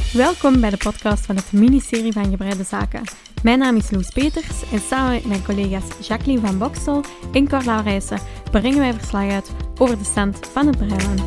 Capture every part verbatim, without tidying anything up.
Welkom bij de podcast van het ministerie van Gebreide Zaken. Mijn naam is Loes Peters en samen met mijn collega's Jacqueline van Bokstel en Cor Laurijsen brengen wij verslag uit over de stand van het Breiland.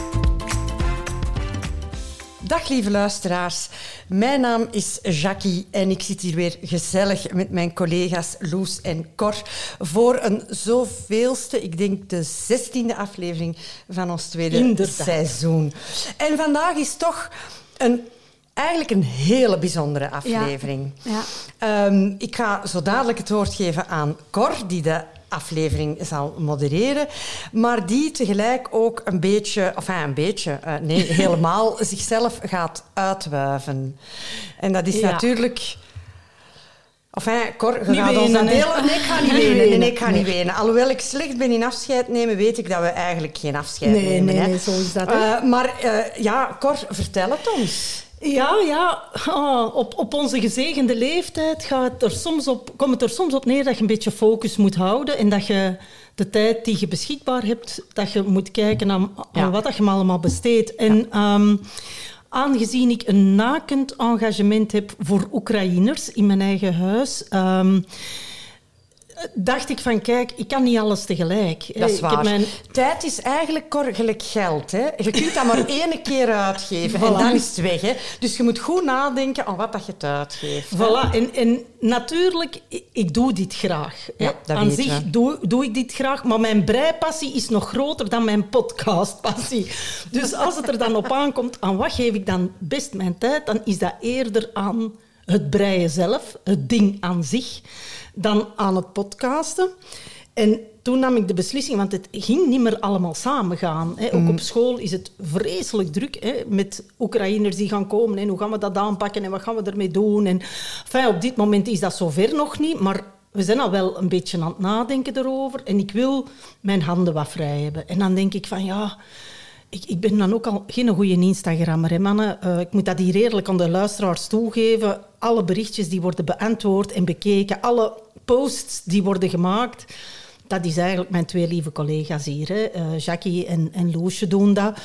Dag lieve luisteraars, mijn naam is Jackie en ik zit hier weer gezellig met mijn collega's Loes en Cor voor een zoveelste, ik denk de zestiende aflevering van ons tweede Inderdaad. seizoen. En vandaag is toch een, eigenlijk een hele bijzondere aflevering. Ja. Ja. Um, ik ga zo dadelijk het woord geven aan Cor, die de aflevering zal modereren, maar die tegelijk ook een beetje, enfin een beetje, uh, nee, helemaal zichzelf gaat uitwuiven. En dat is ja. natuurlijk... Enfin, Cor, je gaat ons aan delen. Nee, ik ga niet wenen. Nee, nee, ik ga nee. niet wenen. Alhoewel ik slecht ben in afscheid nemen, weet ik dat we eigenlijk geen afscheid nee, nemen. Nee, hè. nee, zo is dat. Uh, maar uh, ja, Cor, vertel het ons. Ja, ja. Oh, op, op onze gezegende leeftijd gaat het er soms op, komt het er soms op neer dat je een beetje focus moet houden en dat je de tijd die je beschikbaar hebt, dat je moet kijken aan, ja. aan wat dat je allemaal besteedt. En ja. um, aangezien ik een nakend engagement heb voor Oekraïners in mijn eigen huis, Um, dacht ik van, kijk, ik kan niet alles tegelijk. Dat is ik waar. heb mijn... Tijd is eigenlijk gelijk geld. Hè? Je kunt dat maar één keer uitgeven voilà. en dan is het weg. Hè? Dus je moet goed nadenken aan wat dat je het uitgeeft. Voilà. En, en natuurlijk, ik, ik doe dit graag. Ja, dat aan weet zich we. doe, doe ik dit graag, maar mijn breipassie is nog groter dan mijn podcastpassie. Dus als het er dan op aankomt, aan wat geef ik dan best mijn tijd, dan is dat eerder aan het breien zelf, het ding aan zich, dan aan het podcasten. En toen nam ik de beslissing, want het ging niet meer allemaal samengaan. Hè. Ook mm. op school is het vreselijk druk, hè, met Oekraïners die gaan komen. En hoe gaan we dat aanpakken en wat gaan we ermee doen? En, enfin, op dit moment is dat zover nog niet, maar we zijn al wel een beetje aan het nadenken erover. En ik wil mijn handen wat vrij hebben. En dan denk ik van, ja... Ik, ik ben dan ook al geen goede Instagrammer, hè, mannen. Uh, ik moet dat hier eerlijk aan de luisteraars toegeven. Alle berichtjes die worden beantwoord en bekeken, alle posts die worden gemaakt, dat is eigenlijk mijn twee lieve collega's hier. Hè. Uh, Jackie en, en Loesje doen dat.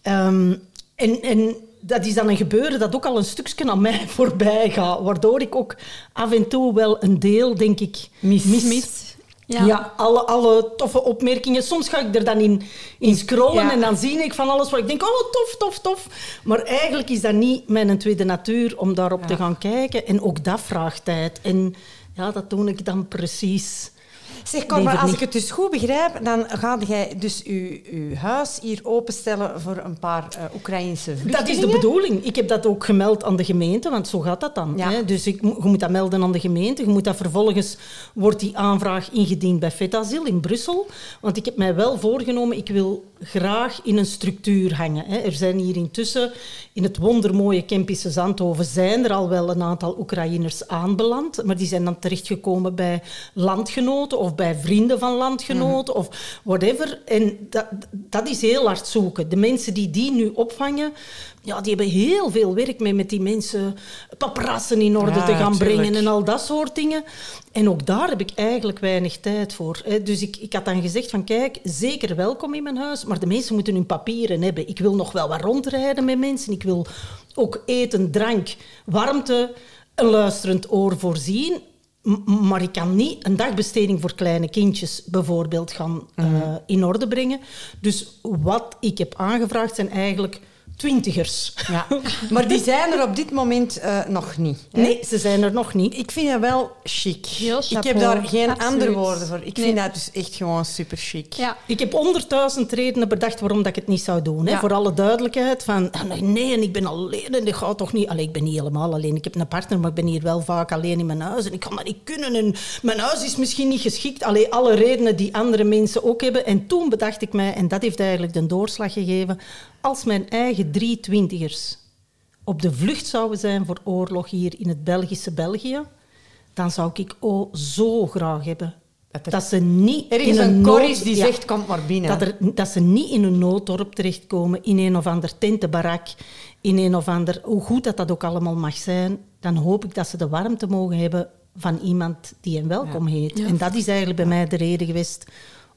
Um, en, en dat is dan een gebeuren dat ook al een stukje aan mij voorbij gaat, waardoor ik ook af en toe wel een deel, denk ik, mis... mis. mis. Ja, ja alle, alle toffe opmerkingen. Soms ga ik er dan in, in scrollen ja. en dan zie ik van alles waar ik denk, oh, tof, tof, tof. Maar eigenlijk is dat niet mijn tweede natuur om daarop ja. te gaan kijken. En ook dat vraagt tijd. En ja, dat doe ik dan precies... Zeg, Cor, maar als ik het dus goed begrijp, dan ga jij dus je, je huis hier openstellen voor een paar uh, Oekraïnse vluchtelingen? Dat is de bedoeling. Ik heb dat ook gemeld aan de gemeente, want zo gaat dat dan. Ja. Hè? Dus ik, je moet dat melden aan de gemeente. Je moet dat vervolgens, wordt die aanvraag ingediend bij Fetasiel in Brussel. Want ik heb mij wel voorgenomen, ik wil graag in een structuur hangen. Hè? Er zijn hier intussen, in het wondermooie Kempische Zandhoven, zijn er al wel een aantal Oekraïners aanbeland, maar die zijn dan terechtgekomen bij landgenoten of bij vrienden van landgenoten mm-hmm. of whatever. En dat, dat is heel hard zoeken. De mensen die die nu opvangen, ja, die hebben heel veel werk mee met die mensen paparazzen in orde ja, te gaan tuurlijk. brengen en al dat soort dingen. En ook daar heb ik eigenlijk weinig tijd voor. Dus ik, ik had dan gezegd van, kijk, zeker welkom in mijn huis, maar de mensen moeten hun papieren hebben. Ik wil nog wel wat rondrijden met mensen. Ik wil ook eten, drank, warmte, een luisterend oor voorzien. Maar ik kan niet een dagbesteding voor kleine kindjes bijvoorbeeld gaan mm-hmm. uh, in orde brengen. Dus wat ik heb aangevraagd zijn eigenlijk twintigers. Ja. Maar die zijn er op dit moment uh, nog niet. Hè? Nee, ze zijn er nog niet. Ik vind dat wel chic. Heel ik heb daar geen Absoluut. andere woorden voor. Ik nee. vind dat dus echt gewoon super chic. Ja. Ik heb honderdduizend redenen bedacht waarom dat ik het niet zou doen. Hè? Ja. Voor alle duidelijkheid. Van, nee, en ik ben alleen en ik ga toch niet... Allee, ik ben niet helemaal alleen. Ik heb een partner, maar ik ben hier wel vaak alleen in mijn huis. En ik kan dat niet kunnen. En mijn huis is misschien niet geschikt. Allee, alle redenen die andere mensen ook hebben. En toen bedacht ik mij, en dat heeft eigenlijk de doorslag gegeven, als mijn eigen drie twintigers op de vlucht zouden zijn voor oorlog hier in het Belgische België, dan zou ik oh zo graag hebben dat, er, dat ze niet er is in een, een Corrie die ja, zegt, kom maar binnen. Dat, er, dat ze niet in een nooddorp terechtkomen, in een of ander tentenbarak, in een of ander... Hoe goed dat dat ook allemaal mag zijn, dan hoop ik dat ze de warmte mogen hebben van iemand die hen welkom ja. heet. Ja. En dat is eigenlijk bij mij de reden geweest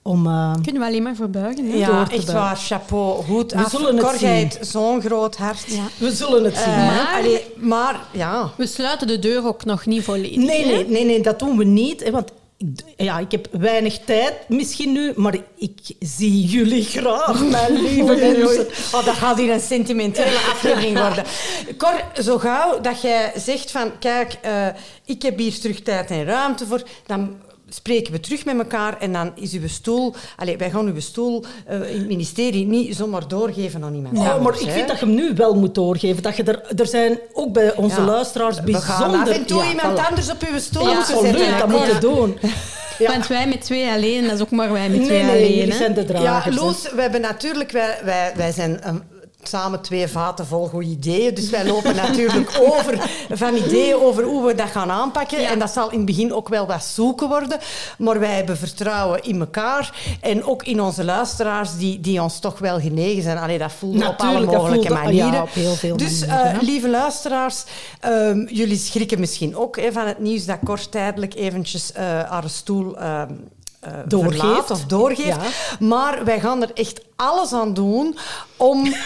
om... Uh, Kunnen we alleen maar voor buigen. Hè? Ja, echt buigen. Waar. Chapeau. Goed af. Korgheid, zo'n groot hart. Ja. We zullen het zien. Uh, maar, allee, maar, ja. We sluiten de deur ook nog niet volledig. Nee, nee, nee, nee, dat doen we niet. Hè, want ja, ik heb weinig tijd misschien nu, maar ik zie jullie graag, mijn lieve mensen. Oh, dat gaat hier een sentimentele aflevering worden. Cor, zo gauw dat jij zegt van, kijk, uh, ik heb hier terug tijd en ruimte voor, dan spreken we terug met elkaar en dan is uw stoel... Allez, wij gaan uw stoel uh, in het ministerie niet zomaar doorgeven aan iemand anders. Ja, maar ik hè? vind dat je hem nu wel moet doorgeven. Dat je er, er zijn ook bij onze ja, luisteraars bijzonder... We gaan af en toe ja, iemand voilà. anders op uw stoel ja, moeten zetten. zetten. Dat ja, moeten doen. Ja. Want wij met twee alleen, dat is ook maar wij met nee, twee nee, alleen. Jullie zijn de dragers. Ja, Loes, we hebben natuurlijk... Wij, wij, wij zijn... Um, samen twee vaten vol goede ideeën. Dus wij lopen natuurlijk over van ideeën over hoe we dat gaan aanpakken. Ja. En dat zal in het begin ook wel wat zoeken worden. Maar wij hebben vertrouwen in elkaar. En ook in onze luisteraars die, die ons toch wel genegen zijn. Allee, dat voelde op alle mogelijke voelde, manieren. Ja, op heel veel dus manieren, uh, lieve luisteraars, um, jullie schrikken misschien ook hè, van het nieuws dat kort tijdelijk eventjes uh, haar stoel... Uh, Uh, doorgeeft of doorgeeft. Ja. Maar wij gaan er echt alles aan doen om uh,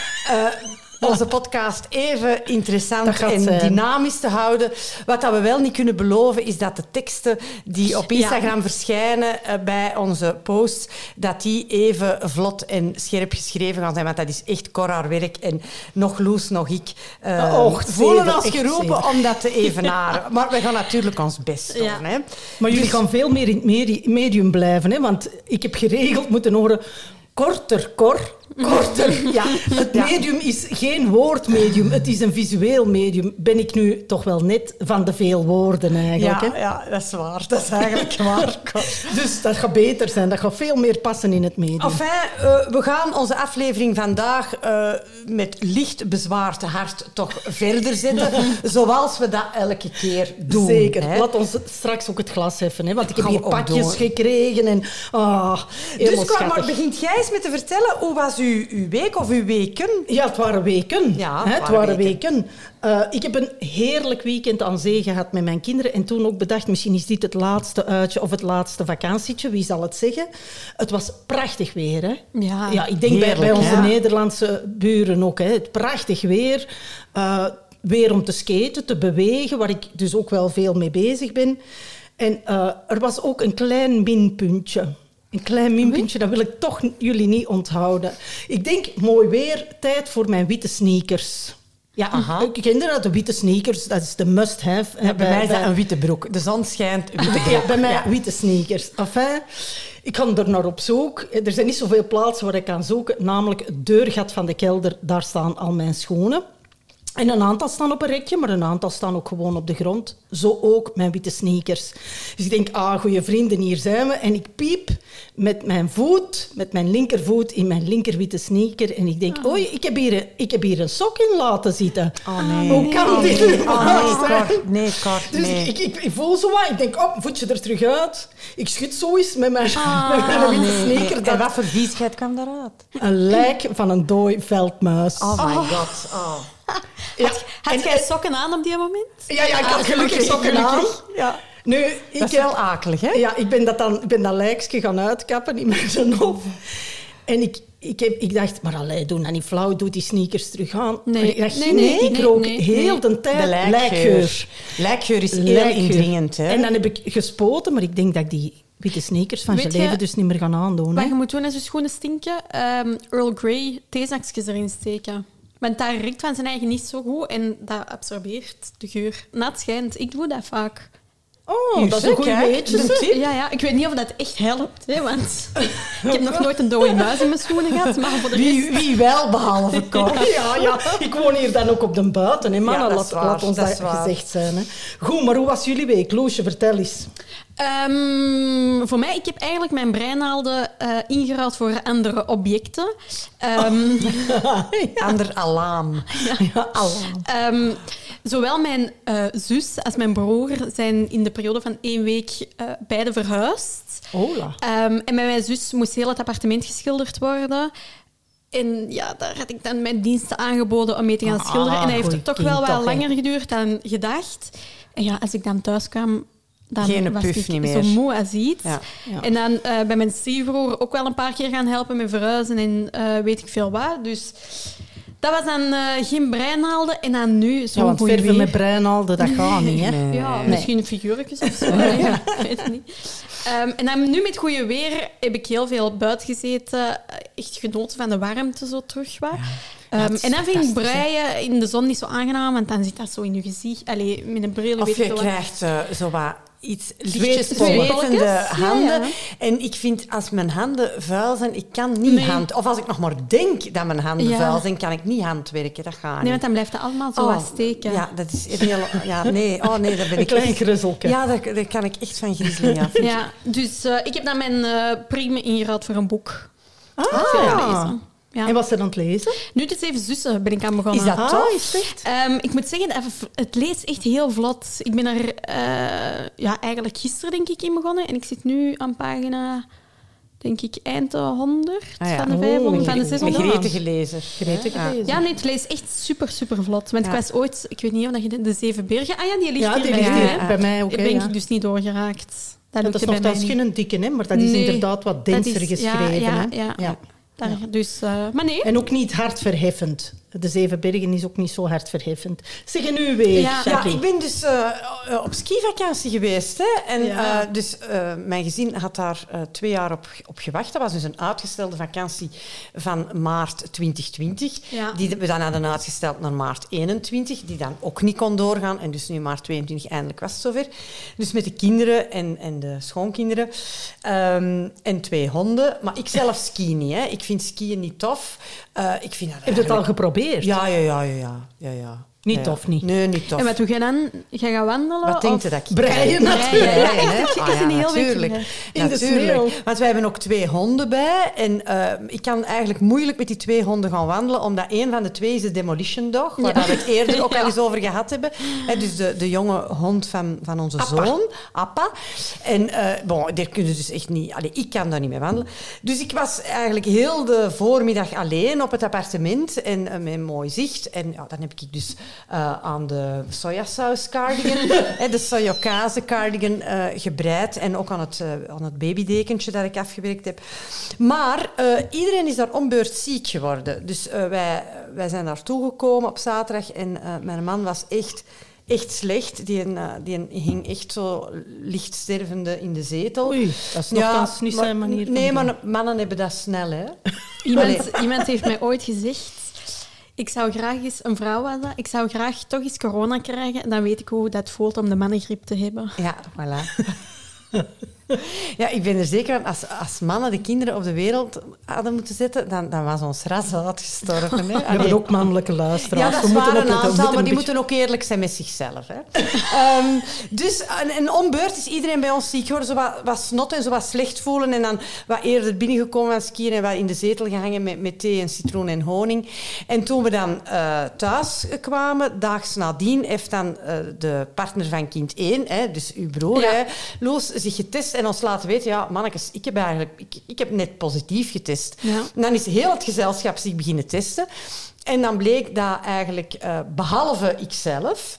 onze podcast even interessant en zijn. dynamisch te houden. Wat dat we wel niet kunnen beloven, is dat de teksten die op Instagram ja. verschijnen uh, bij onze posts, dat die even vlot en scherp geschreven gaan zijn. Want dat is echt Cor haar werk. En nog Loes, nog ik uh, oh, voelen ons geroepen zeker. om dat te evenaren. Maar we gaan natuurlijk ons best doen. Ja. Hè. Maar jullie dus, gaan veel meer in het medium blijven. Hè? Want ik heb geregeld moeten horen... Korter, Cor. Korter. Ja, het medium is geen woordmedium, het is een visueel medium. Ben ik nu toch wel net van de veel woorden eigenlijk. Ja, hè? ja dat is waar. Dat is eigenlijk waar. Dus dat gaat beter zijn, dat gaat veel meer passen in het medium. Enfin, uh, we gaan onze aflevering vandaag uh, met licht bezwaard hart toch verder zetten, zoals we dat elke keer doen. Zeker. Hè? Laat ons straks ook het glas heffen, hè? Want ik heb hier pakjes gekregen en... Oh, dus Cor, maar begint jij eens met te vertellen, hoe was uw, uw week of uw weken? Ja, het waren weken. Ja, het, het waren weken. weken. Uh, ik heb een heerlijk weekend aan zee gehad met mijn kinderen en toen ook bedacht, misschien is dit het laatste uitje of het laatste vakantietje, wie zal het zeggen? Het was prachtig weer, hè? Ja, ja ik denk heerlijk, bij, bij onze ja. Nederlandse buren ook, hè? Het prachtig weer. Uh, weer om te skaten, te bewegen, waar ik dus ook wel veel mee bezig ben. En uh, er was ook een klein minpuntje. Een klein minpuntje, dat wil ik toch jullie niet onthouden. Ik denk, mooi weer, tijd voor mijn witte sneakers. Ja, Aha. ik kende dat, de witte sneakers, dat is de must-have. Ja, bij, bij mij is dat een witte broek. De zon schijnt, witte broek. Ja, bij mij ja. witte sneakers. Enfin, ik ga er naar op zoek. Er zijn niet zoveel plaatsen waar ik kan zoeken. Namelijk het deurgat van de kelder, daar staan al mijn schoenen. En een aantal staan op een rekje, maar een aantal staan ook gewoon op de grond. Zo ook mijn witte sneakers. Dus ik denk, ah, goeie vrienden, hier zijn we. En ik piep met mijn voet, met mijn linkervoet in mijn linkerwitte sneaker. En ik denk, oh. oei, ik heb, hier een, ik heb hier een sok in laten zitten. Oh nee. Hoe kan oh, dit nee. Oh nee, kort, nee, kort, Dus nee. ik, ik, ik voel zo wat. Ik denk, oh, voetje er terug uit. Ik schud zo eens met mijn, ah, met mijn witte nee, sneaker. Nee. En wat voor viesheid kwam daaruit? Een lijk van een dooi veldmuis. Oh my god, oh. Ja. Had, had en, jij sokken aan op die moment? Ja, ja ik had ah, gelukkig sokken gelukkig. aan. Ja. Nu, ik dat is wel akelig, hè? Ja, ik ben dat, dan, ik ben dat lijkje gaan uitkappen in mijn hoofd. En ik, ik, heb, ik dacht, maar allee, doe dat niet flauw, doe die sneakers terug aan. Nee, ik dacht, nee, nee, ik nee, rook nee, heel nee. de tijd de lijkgeur. lijkgeur. Lijkgeur is heel lijkgeur. indringend, hè? En dan heb ik gespoten, maar ik denk dat ik die witte sneakers van je leven dus niet meer gaan aandoen. Wat hè? je moet doen als je schoenen stinken, um, Earl Grey theezakjes erin steken. Want dat riekt van zijn eigen niet zo goed en dat absorbeert de geur. Nat schijnt. Ik doe dat vaak. Oh, Hier, dat is een goed weetje. Ja, ja, ik weet niet of dat echt helpt, hè, want ik heb nog nooit een dode muis in mijn schoenen gehad. Maar voor de wie, rest... wie wel, behalve Cor. Ja, ja, ik woon hier dan ook op de buiten. Hè, mannen, ja, laat, waar, laat ons dat, dat gezegd zijn. Hè. Goed, maar hoe was jullie week? Loesje, vertel eens. Um, voor mij, ik heb eigenlijk mijn breinaalden uh, ingeruild voor andere objecten. Um, ja. Ander alarm. Ja. Ja, alarm. Um, zowel mijn uh, zus als mijn broer zijn in de periode van één week uh, beide verhuisd. Hola. Um, en met mijn zus moest heel het appartement geschilderd worden. En ja, daar had ik dan mijn diensten aangeboden om mee te gaan schilderen. Ah, en dat heeft toch wel wat langer geduurd dan gedacht. En ja, als ik dan thuis kwam, dan Geen was puff ik niet meer. zo moe als iets. Ja. Ja. En dan uh, bij mijn stiefbroer ook wel een paar keer gaan helpen met verhuizen en uh, weet ik veel wat. Dus dat was dan uh, geen breinaalden. En dan nu zo'n Ja, want goeie verven weer. met breinaalden, dat gaat niet, hè? Nee. Ja, Nee. misschien figuurtjes of zo. Ja, ik weet het niet. Um, en dan nu met goede weer heb ik heel veel buiten gezeten. Echt genoten van de warmte zo terug. Wat. Ja, Um, het is en dan vind ik fantastisch, hè. breien in de zon niet zo aangenaam, want dan zit dat zo in je gezicht. Allee, met een bril Of weet je ik wel. krijgt uh, zo wat iets Zweet- lichtjes zweetbolletjes. zwetende handen. Ja, ja. En ik vind, als mijn handen vuil zijn, ik kan niet Nee. hand... Of als ik nog maar denk dat mijn handen Ja. vuil zijn, kan ik niet handwerken. Dat gaat Nee, niet. want dan blijft dat allemaal zo Oh, wat steken. Ja, dat is heel... Ja, nee. Oh, nee, daar ben Een ik klein echt... gruzzelke. Ja, daar, daar kan ik echt van griezelen, ja. Ja, dus uh, ik heb dan mijn uh, prime ingeruild voor een boek. Ah. Veel lezen. Ja. En was ze aan het lezen? Nu de Zeven Zussen ben ik aan begonnen. Is dat Ah, tof? is het echt? Um, ik moet zeggen, dat het leest echt heel vlot. Ik ben er uh, ja, eigenlijk gisteren denk ik in begonnen. En ik zit nu aan pagina, denk ik, eind de honderd Ah, ja. van de Oh, vijfhonderd, van de met Met zeshonderd. gretige lezer. Gretige Ja. lezer. Ja, nee, het leest echt super, super vlot. Want Ja. ik was ooit, ik weet niet of dat je de, de Zeven Bergen... Ah ja, die ligt Ja, hier die bij ligt jou, hier hè. bij mij ook. Daar hè, ben ja. ik dus niet doorgeraakt. Dat, Dat is lukte nog bij dat mij is niet. geen dikke, hè, maar dat is Nee, inderdaad wat dat denser is- geschreven. Ja, hè. ja, ja. Ja. Daar, dus, uh, maar nee. En ook niet hardverheffend. De Zeven Bergen is ook niet zo hardverheffend. Zeg nu weer, Ja. Ja, Jackie. ik ben dus uh, op skivakantie geweest. Hè. En, Ja. uh, dus uh, mijn gezin had daar uh, twee jaar op, op gewacht. Dat was dus een uitgestelde vakantie van maart twintig twintig. Ja. Die we dan hadden uitgesteld naar maart eenentwintig. Die dan ook niet kon doorgaan. En dus nu maart tweeëntwintig eindelijk was het zover. Dus met de kinderen en, en de schoonkinderen. Um, en twee honden. Maar ik zelf ski niet. Hè. Ik vind skiën niet tof. Uh, ik vind dat Heb je het al eigenlijk- geprobeerd? Ja, ja, ja, ja, ja, ja, ja. Niet Ja, ja. tof, niet? Nee, niet tof. En wat doe je dan? Ga je gaan wandelen? Wat denkt of- je dat ik Breien, krijg? natuurlijk. Ja, Breien, echt, hè? echt, Ah, echt een ja, heel week natuurlijk. breien. In de Natuurlijk. sneeuw. Want wij hebben ook twee honden bij. En uh, ik kan eigenlijk moeilijk met die twee honden gaan wandelen, omdat een van de twee is de Demolition Dog, waar Ja. we het eerder ook Ja. al eens over gehad hebben. Hè, dus de, de jonge hond van, van onze Appa. zoon, Appa. En uh, bon, daar kun je dus echt niet... Allee, ik kan daar niet mee wandelen. Dus ik was eigenlijk heel de voormiddag alleen op het appartement en uh, met een mooi zicht. En ja, dan heb ik dus uh, aan de sojasaus cardigan, hè, de sojacaze cardigan uh, gebreid en ook aan het, uh, aan het babydekentje dat ik afgewerkt heb. Maar uh, iedereen is daar om beurt ziek geworden. Dus uh, wij, wij zijn naartoe gekomen op zaterdag en uh, mijn man was echt... Echt slecht. Die, uh, die hing echt zo licht stervende in de zetel. Oei, dat is nogthans niet zijn manier van Nee, doen. maar mannen hebben dat snel, hè. Iemand, iemand heeft mij ooit gezegd... Ik zou graag eens een vrouw worden. Ik zou graag toch eens corona krijgen. En dan weet ik hoe dat voelt om de mannengriep te hebben. Ja, voilà. Ja, ik ben er zeker van, als, als mannen de kinderen op de wereld hadden moeten zetten, dan, dan was ons ras uitgestorven. Hè. We hebben ook mannelijke luisteraars. Ja, dat We is moeten waar, een opletten. We aantal, maar een die beetje- moeten ook eerlijk zijn met zichzelf. Hè. um, dus en, en om beurt is iedereen bij ons ziek geworden, zo wat, wat snot en zo wat slecht voelen en dan wat eerder binnengekomen aan skiën en wat in de zetel gehangen met, met thee en citroen en honing. En toen we dan uh, thuis kwamen, daags nadien, heeft dan uh, de partner van kind één, hè, dus uw broer, Ja. hè, Loes, zich getest en ons laten weten, ja, mannetjes, ik heb eigenlijk ik, ik heb net positief getest. Ja. En dan is heel het gezelschap zich beginnen testen. En dan bleek dat eigenlijk, uh, behalve ikzelf,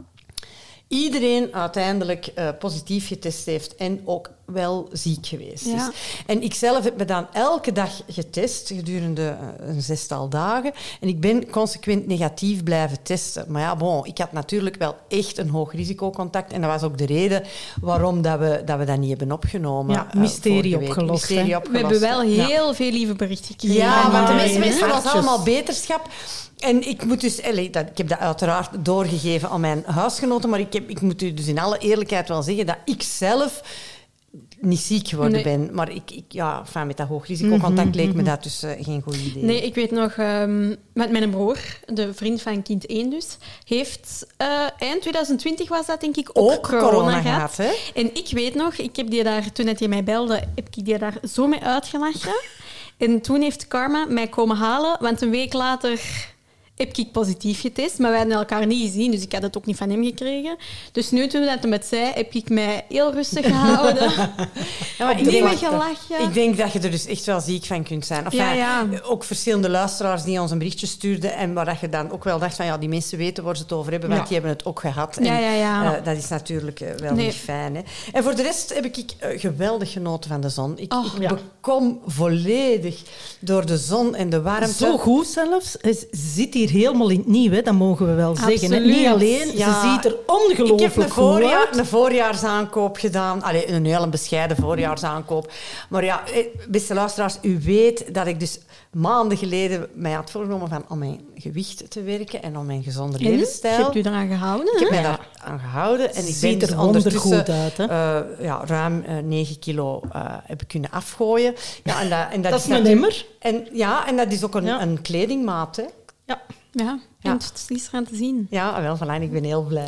iedereen uiteindelijk uh, positief getest heeft en ook wel ziek geweest is. Ja. En ikzelf heb me dan elke dag getest, gedurende uh, een zestal dagen. En ik ben consequent negatief blijven testen. Maar ja, bon, ik had natuurlijk wel echt een hoog risicocontact. En dat was ook de reden waarom dat we dat, we dat niet hebben opgenomen. Ja, uh, mysterie vorige week. opgelost, Mysterie hè? opgelost. We hebben wel Ja. heel veel lieve berichten gekregen. Ja, van want de iedereen, mensen hè. wensen ons Hartjes. allemaal beterschap. En ik moet dus... Allez, dat, ik heb dat uiteraard doorgegeven aan mijn huisgenoten, maar ik, heb, ik moet u dus in alle eerlijkheid wel zeggen dat ik zelf niet ziek geworden Nee. ben. Maar ik, ik, ja, enfin, met dat hoogrisicocontact leek me dat dus uh, geen goed idee. Nee, ik weet nog, um, met mijn broer, de vriend van kind één dus, heeft uh, eind twintig twintig was dat denk ik ook, Ook corona gehad, hè? En ik weet nog, ik heb die daar, toen hij mij belde, heb ik die daar zo mee uitgelachen. En toen heeft Karma mij komen halen, want een week later heb ik positief getest, maar wij hadden elkaar niet gezien, dus ik had het ook niet van hem gekregen. Dus nu toen dat hij met zei, heb ik mij heel rustig gehouden. Ja, maar ik, niet denk, meer gelachen. ik denk dat je er dus echt wel ziek van kunt zijn. Enfin, Ja, ja. Ook verschillende luisteraars die ons een berichtje stuurden en waar dat je dan ook wel dacht van ja, die mensen weten waar ze het over hebben, want Ja. die hebben het ook gehad. En, Ja, ja, ja. eh, dat is natuurlijk uh, wel Nee. niet fijn. Hè. En voor de rest heb ik uh, geweldig genoten van de zon. Ik, Oh, ik ja. bekom volledig door de zon en de warmte. Zo goed zelfs. Ze zit hier helemaal in het nieuw, hè. Dat mogen we wel zeggen. Hè. Absoluut. Niet alleen, Ja. ze ziet er Ik heb ongelooflijk een, goed voorjaar, uit. een voorjaarsaankoop gedaan. Allee, een hele bescheiden voorjaarsaankoop. Maar ja, eh, beste luisteraars, u weet dat ik dus maanden geleden mij had voorgenomen van om mijn gewicht te werken en om mijn gezonde En? Je levensstijl. hebt u eraan gehouden, Ik heb hè? mij daar aan gehouden. En ik Ziet ben er dus wondergoed ondertussen uit, hè? eh, ja, ruim uh, negen kilo uh, heb ik kunnen afgooien. Ja, en dat, en dat, Dat is een natuurlijk- emmer. En, ja, en dat is ook een, Ja. een kledingmaat, hè. Ja. Ja, Ja. en het is eraan te zien. Ja, wel, voilà, ik ben heel blij.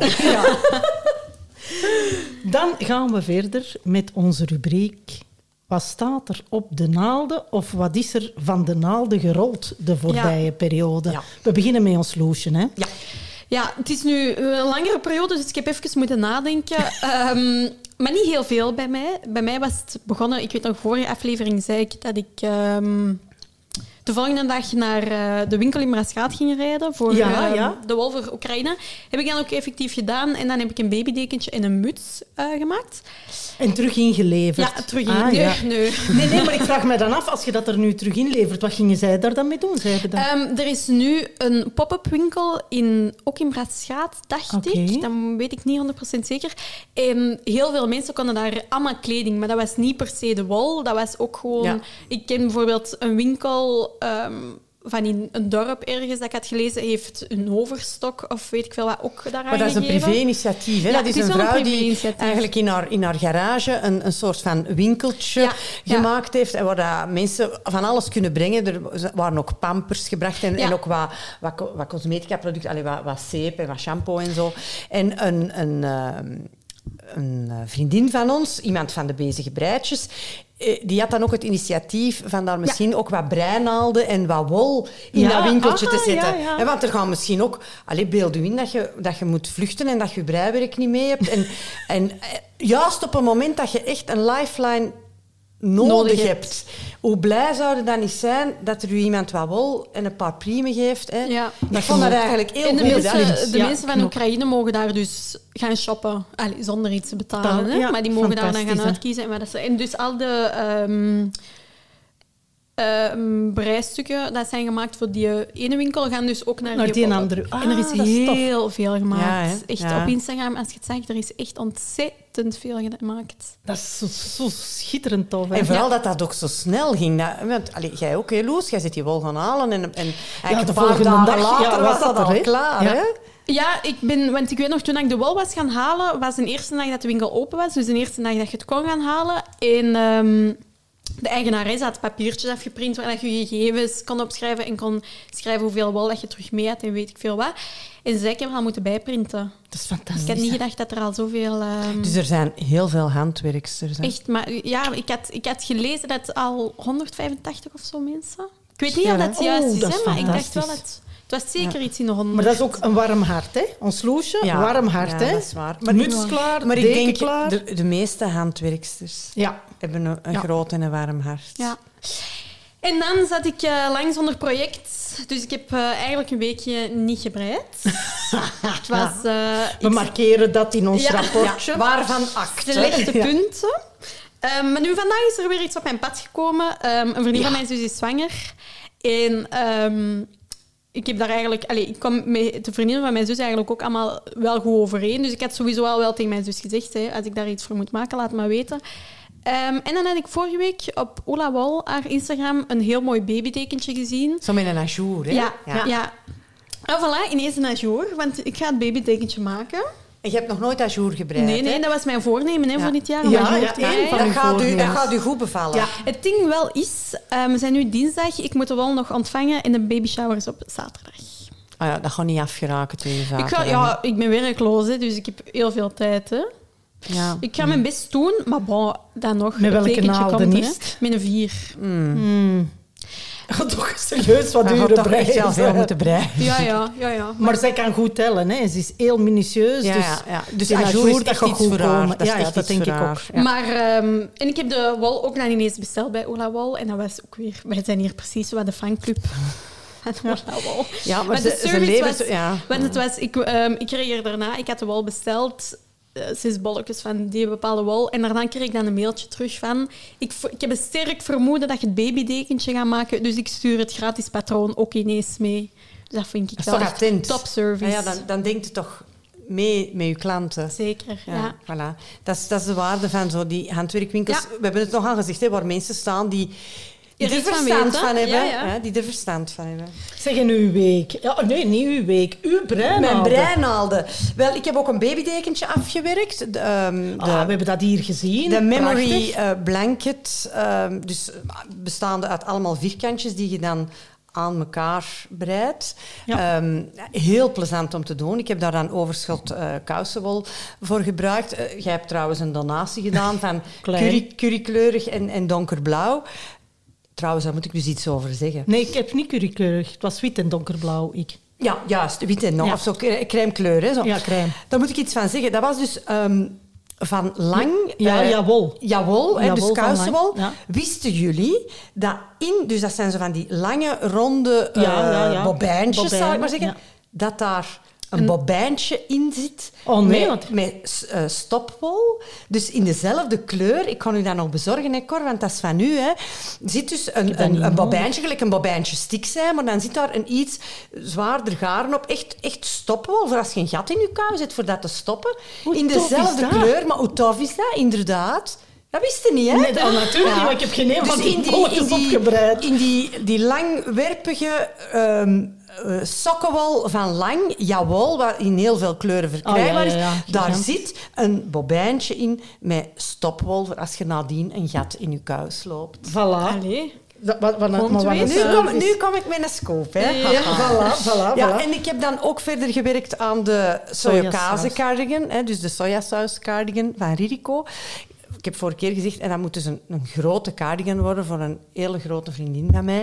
Dan gaan we verder met onze rubriek. Wat staat er op de naalden of wat is er van de naalden gerold de voorbije periode? Ja. We beginnen met ons Loesje, hè? Ja. Ja, het is nu een langere periode, dus ik heb even moeten nadenken. Ehm, maar niet heel veel bij mij. Bij mij was het begonnen... Ik weet nog, vorige aflevering zei ik dat ik... ehm, de volgende dag naar eh, de winkel in Braschaat ging rijden voor Ja, ehm, ja. de wol voor Oekraïne. Heb ik dan ook effectief gedaan. En dan heb ik een babydekentje en een muts eh, gemaakt. En terug ingeleverd. Ja, terug in. Ah, nee, ja. nee. Nee, nee, maar ik vraag me dan af, als je dat er nu terug inlevert, wat gingen zij daar dan mee doen? Zij hebben dat... Ehm, er is nu een pop-up winkel, in, ook in Braschaat, dacht Oké. ik. Dat weet ik niet honderd procent zeker. En heel veel mensen konden daar allemaal kleding, maar dat was niet per se de wol. Dat was ook gewoon... Ja. Ik ken bijvoorbeeld een winkel... ehm, van in een dorp ergens dat ik had gelezen, heeft een overstok of weet ik veel wat ook daaraan Maar dat is een gegeven. privé-initiatief. Hè? Ja, dat is het is een wel een vrouw die privé-initiatief. eigenlijk in haar, in haar garage een, een soort van winkeltje Ja, ja. gemaakt heeft. En waar dat mensen van alles kunnen brengen. Er waren ook pampers gebracht en, Ja. en ook wat, wat, co- wat cosmetica-producten. Allee, wat, wat zeep en wat shampoo en zo. En een, een, ehm, een vriendin van ons, iemand van de Bezige Breitjes, eh, die had dan ook het initiatief van daar misschien ook wat breinaalden en wat wol in Ja, dat winkeltje aha, te zetten. ja, ja. En want er gaan misschien ook... Allee, beeld u in dat je, dat je moet vluchten en dat je je breiwerk niet mee hebt. En, en eh, juist op een moment dat je echt een lifeline nodig, Nodig hebt. hebt. Hoe blij zou het dan niet zijn dat er u iemand wat wol en een paar priemen geeft. Hè? Ja. Ik vond dat eigenlijk heel En de goed. mensen, hè. de Ja, mensen van knop. Oekraïne mogen daar dus gaan shoppen. Allee, zonder iets te betalen. Betalen, Hè? ja. Maar die mogen daar dan Fantastisch, gaan hè. uitkiezen. En, wat dat ze, en dus al de ehm ehm, breistukken dat zijn gemaakt voor die ene winkel gaan dus ook naar, Naar die pop-up. andere. Ah, en er is dat is tof. heel veel gemaakt. Ja, hè? Echt Ja. op Instagram, als je het zegt, er is echt ontzettend veel gemaakt. Dat is zo, zo schitterend tof. Hè? En vooral dat dat ook zo snel ging. Dat, want, allee, jij ook, hè, Loes? Jij zit die wol gaan halen. En, en eigenlijk de een paar volgende dagen dag, later ja, was was dat dat al er, hè? klaar. Ja. Hè? Ja, ik ben, want ik weet nog, toen ik de wol was gaan halen, was de eerste dag dat de winkel open was. Dus de eerste dag dat je het kon gaan halen. En ehm, de eigenares had papiertjes afgeprint waar dat je je gegevens kon opschrijven en kon schrijven hoeveel wol dat je terug mee had en weet ik veel wat. En ze zei, ik heb er al moeten bijprinten. Dat is Ik fantastisch. had niet gedacht dat er al zoveel... ehm, Dus er zijn heel veel handwerksters. Hè? echt, maar ja, ik had, ik had gelezen dat al honderdvijfentachtig of zo mensen... Ik weet niet Veel, of hè? dat juist Oh, is, dat hè, is maar ik dacht wel fantastisch. dat... Het was zeker iets in de honderd. Maar dat is ook een warm hart, hè? Ons Loesje, Ja, warm hart, ja, hè? dat is waar. Maar Muts ik- klaar, Maar ik deken denk, klaar. de, de meeste handwerksters Ja. hebben een, een Ja. groot en een warm hart. Ja. En dan zat ik uh, lang zonder project. Dus ik heb uh, eigenlijk een weekje niet gebreid. Het was... Uh, We ik- markeren dat in ons Ja. rapportje. Ja, waarvan akte. slechte Ja. punten. Um, maar nu vandaag is er weer iets op mijn pad gekomen. Um, een vriendin van mijn zus is zwanger. En um, ik heb daar eigenlijk... Allez, ik kom met de vriendinnen van mijn zus eigenlijk ook allemaal wel goed overeen. Dus ik had sowieso al wel tegen mijn zus gezegd, hè, als ik daar iets voor moet maken, laat me weten. Um, en dan had ik vorige week op Ola Wol, haar Instagram, een heel mooi babytekentje gezien. Zo met een ajour, hè? Ja, ja. ja. En voilà, ineens een ajour, want ik ga het babytekentje maken. En je hebt nog nooit ajour gebreid, Nee, nee, hè? dat was mijn voornemen hè, Ja. voor dit jaar. om Ja, ajour ja, te één breien. van Dat uw gaat, u, dat voornemens. gaat u goed bevallen. Ja. Het ding wel is, uh, we zijn nu dinsdag, ik moet de wol nog ontvangen en de babyshower is op zaterdag. Ah ja, dat gaat niet afgeraken tegen zaken. Ik, ga, ja, ik ben werkloos, hè, dus ik heb heel veel tijd. Hè. ja. Ik ga mijn best doen, maar bon, dan nog. Met het welke tekentje naalden komt er, is hè. het? Met een vier. Hmm. gaat toch serieus wat Dat gaat dure toch breien echt wel veel zijn. moeten breien. Ja, ja, ja. ja. Maar zij kan goed tellen, hè. Ze is heel minutieus. Ja, dus ja, ja. Dus die ajour ajour, is dat echt gaat iets goed voor haar. komen. Dat is Ja, ja, echt dat iets denk voor ik haar. ook. Ja. Maar, ehm, en ik heb de wol ook dan ineens besteld bij Ola Wol. En dat was ook weer... Wij zijn hier precies wat de fanclub van Ola Wol. Ja, maar de ze, ze service leven was... zo- ja. Want het was... Ik, ehm, ik kreeg er daarna... Ik had de wol besteld... Uh, zes bolletjes van die bepaalde wol. En daarna kreeg ik dan een mailtje terug van... Ik, ik heb een sterk vermoeden dat je het babydekentje gaat maken. Dus ik stuur het gratis patroon ook ineens mee. Dus dat vind ik Dat is wel toch echt attent. top service. Ah ja, dan, dan denkt je toch mee met je klanten. Zeker, ja. Ja, voilà. Dat is, dat is de waarde van zo die handwerkwinkels. Ja. We hebben het nog al gezegd, hè, waar mensen staan die, die Er er iets van verstand weten. van hebben. Ja, ja. Hè, die er verstand van hebben. Zeg in uw week. Ja, nee, niet uw week. Uw breinaalden. Mijn breinaalden. Wel, ik heb ook een babydekentje afgewerkt. De, ehm, de, Ah, we hebben dat hier gezien. de memory Prachtig. eh, blanket. ehm, dus bestaande uit allemaal vierkantjes die je dan aan elkaar breidt. Ja. Ehm, heel plezant om te doen. Ik heb daar dan overschot uh, kousenwol voor gebruikt. Uh, jij hebt trouwens een donatie gedaan van Klein. curry, currykleurig en, en donkerblauw. Trouwens, daar moet ik dus iets over zeggen. Nee, ik heb niet currykleurig. Het was wit en donkerblauw, ik. Ja, juist. Wit en nog. Ja. Of zo crème kleur. Hè, zo. Ja, crème. Daar moet ik iets van zeggen. Dat was dus um, van lang... Ja, uh, ja, wol. Ja, wol, hè, Ja, dus wol van kousenwol. lang, ja. Wisten jullie dat in... Dus dat zijn zo van die lange, ronde uh, Ja, ja, ja. bobijntjes, Bobijn, zal ik maar zeggen. ja. Dat daar een bobijntje in zit. Oh, nee, Met, want- met uh, stopwol. Dus in dezelfde kleur. Ik kan u dat nog bezorgen, hè, Cor, want dat is van u. Hè. Er zit dus heb een, dat een, niet een nodig. bobijntje, gelijk een bobijntje stick zijn, maar dan zit daar een iets zwaarder garen op. Echt, echt stopwol, voor als je een gat in je kou zet, voor dat te stoppen. Hoe in tof is dezelfde dat? kleur, maar hoe tof is dat, inderdaad? Dat wist je niet, hè? Nee, dat natuurlijk niet, want ik heb geen een van die bolletjes opgebreid. In die, die langwerpige um, uh, sokkenwol van lang, jawol, wat in heel veel kleuren verkrijgbaar Oh, ja, ja, ja. is, daar Gigantisch. zit een bobijntje in met stopwol, voor als je nadien een gat in je kous loopt. Voilà. Allee. Dat, wat, wat, Gewoon maar wat twee een Nu Zo, kom, service. nu kom ik met een scoop, hè? Ja, voilà, voilà, Ja, voilà. en ik heb dan ook verder gewerkt aan de sojakase Sojasaus. cardigan, hè, dus de sojasaus cardigan van Ririco. Ik heb vorige keer gezegd, en dat moet dus een, een grote cardigan worden voor een hele grote vriendin van mij.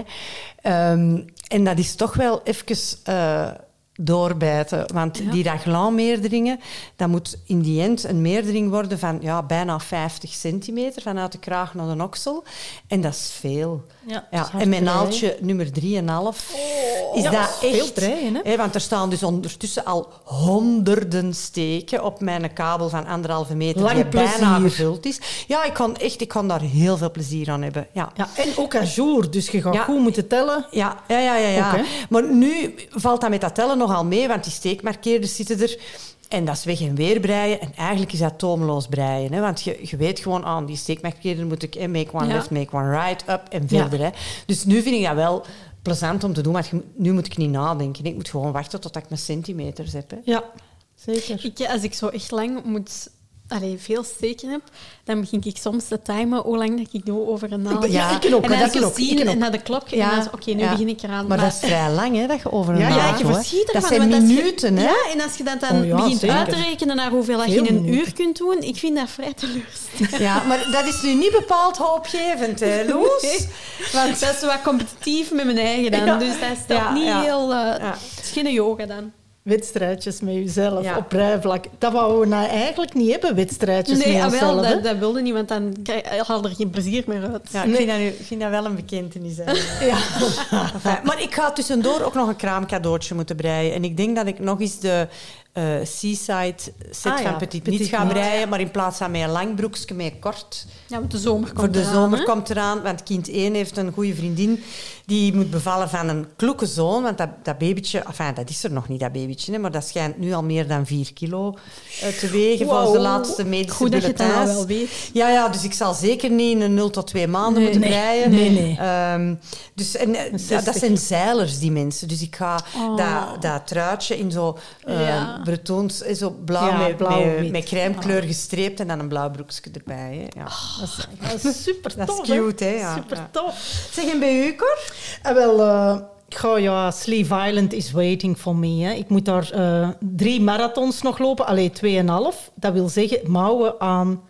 Um, en dat is toch wel even uh, doorbijten, want Ja. die raglan-meerderingen, dat moet in die end een meerdering worden van ja, bijna vijftig centimeter vanuit de kraag naar de oksel. En dat is veel. Ja, dat Ja, is hard en mijn breien. naaldje nummer drieënhalf is ja, dat dat is echt... veel breien, hè? Hè, want er staan dus ondertussen al honderden steken op mijn kabel van anderhalve meter Lang die bijna plezier. gevuld is. Ja, ik kan, echt, ik kan daar heel veel plezier aan hebben. Ja. Ja, en ook ajour, dus je gaat Ja. goed moeten tellen. Ja, ja, ja. ja, ja. Ook, hè? Maar nu valt dat met dat tellen nogal mee, want die steekmarkeerders zitten er. En dat is weg en weer breien. En eigenlijk is dat tomeloos breien. Hè? Want je, je weet gewoon, aan die steekmarkeerder moet ik eh, make one Ja. left, make one right, up en verder. Hè? Dus nu vind ik dat wel plezant om te doen, want je- nu moet ik niet nadenken. Ik moet gewoon wachten tot ik mijn centimeters heb. Hè? Ja, zeker. Ik, als ik zo echt lang moet... Allee, veel steken heb, dan begin ik soms te timen hoe lang dat ik doe over een naald. Ja, ik ook, en dat dan ik zo ook, zien ik ook. en naar de klok. Ja, En dan zo, oké, nu ja. begin ik eraan. Maar dat is vrij lang, hè, dat je over een Ja, naald ja, je doet, hè. verschiet ervan. Dat zijn want als je- minuten, hè? Ja, en als je dat dan Oh ja, begint zeker. uit te rekenen naar hoeveel dat je Veel in een minuten. uur kunt doen, ik vind dat vrij teleurstellend. Ja, maar dat is nu niet bepaald hoopgevend, hè, Loes? Nee, want dat is wat competitief met mijn eigen dan. Ja. Dus dat is toch Ja, niet ja. heel... eh, Ja. Het is geen yoga dan. Wedstrijdjes met jezelf Ja. op brijvlak. Dat wouden we nou eigenlijk niet hebben, wedstrijdjes Nee, met ah, wel, onszelf. hè? dat, dat wilde niet, want dan krijg je haal er geen plezier meer uit. Ja, ik vind dat, nu, ik vind dat wel een bekentenis. Hè. Ja. Enfin, maar ik ga tussendoor ook nog een kraamcadeautje moeten breien. En ik denk dat ik nog eens de eh, Seaside set Ah, ja, van Petit, Petit Niet ga Niet. breien, maar in plaats van met een lang broekje, met kort. Ja, want de zomer komt Voor de eraan, zomer hè. komt eraan, want kind één heeft een goede vriendin die moet bevallen van een kloeke zoon, want dat, dat babytje, enfin, dat is er nog niet, dat babytje, hè, maar dat schijnt nu al meer dan vier kilo eh, te wegen, Wow. volgens de laatste medische Goed dat je het dan al bulletins. wel weet. Ja, ja, dus ik zal zeker niet in een nul tot twee maanden Nee, moeten nee, breien. nee, nee. Ehm, dus, en, eh, dat, dat zestig. zijn zeilers, die mensen. Dus ik ga Oh. dat, dat truitje in zo uh, Ja. Bretoons, eh, zo blauw, Ja, met, blauw, met, wit. met crèmekleur gestreept en dan een blauw broekje erbij. Hè. Ja. Dat is, dat is super Dat is tof. cute, hè, ja. Super Ja. tof. Zeg, en bij u, Cor? En wel, eh, goh, ja, Sleeve Island is waiting for me. Hè. Ik moet daar eh, drie marathons nog lopen. Allee, tweeënhalf. Dat wil zeggen mouwen aan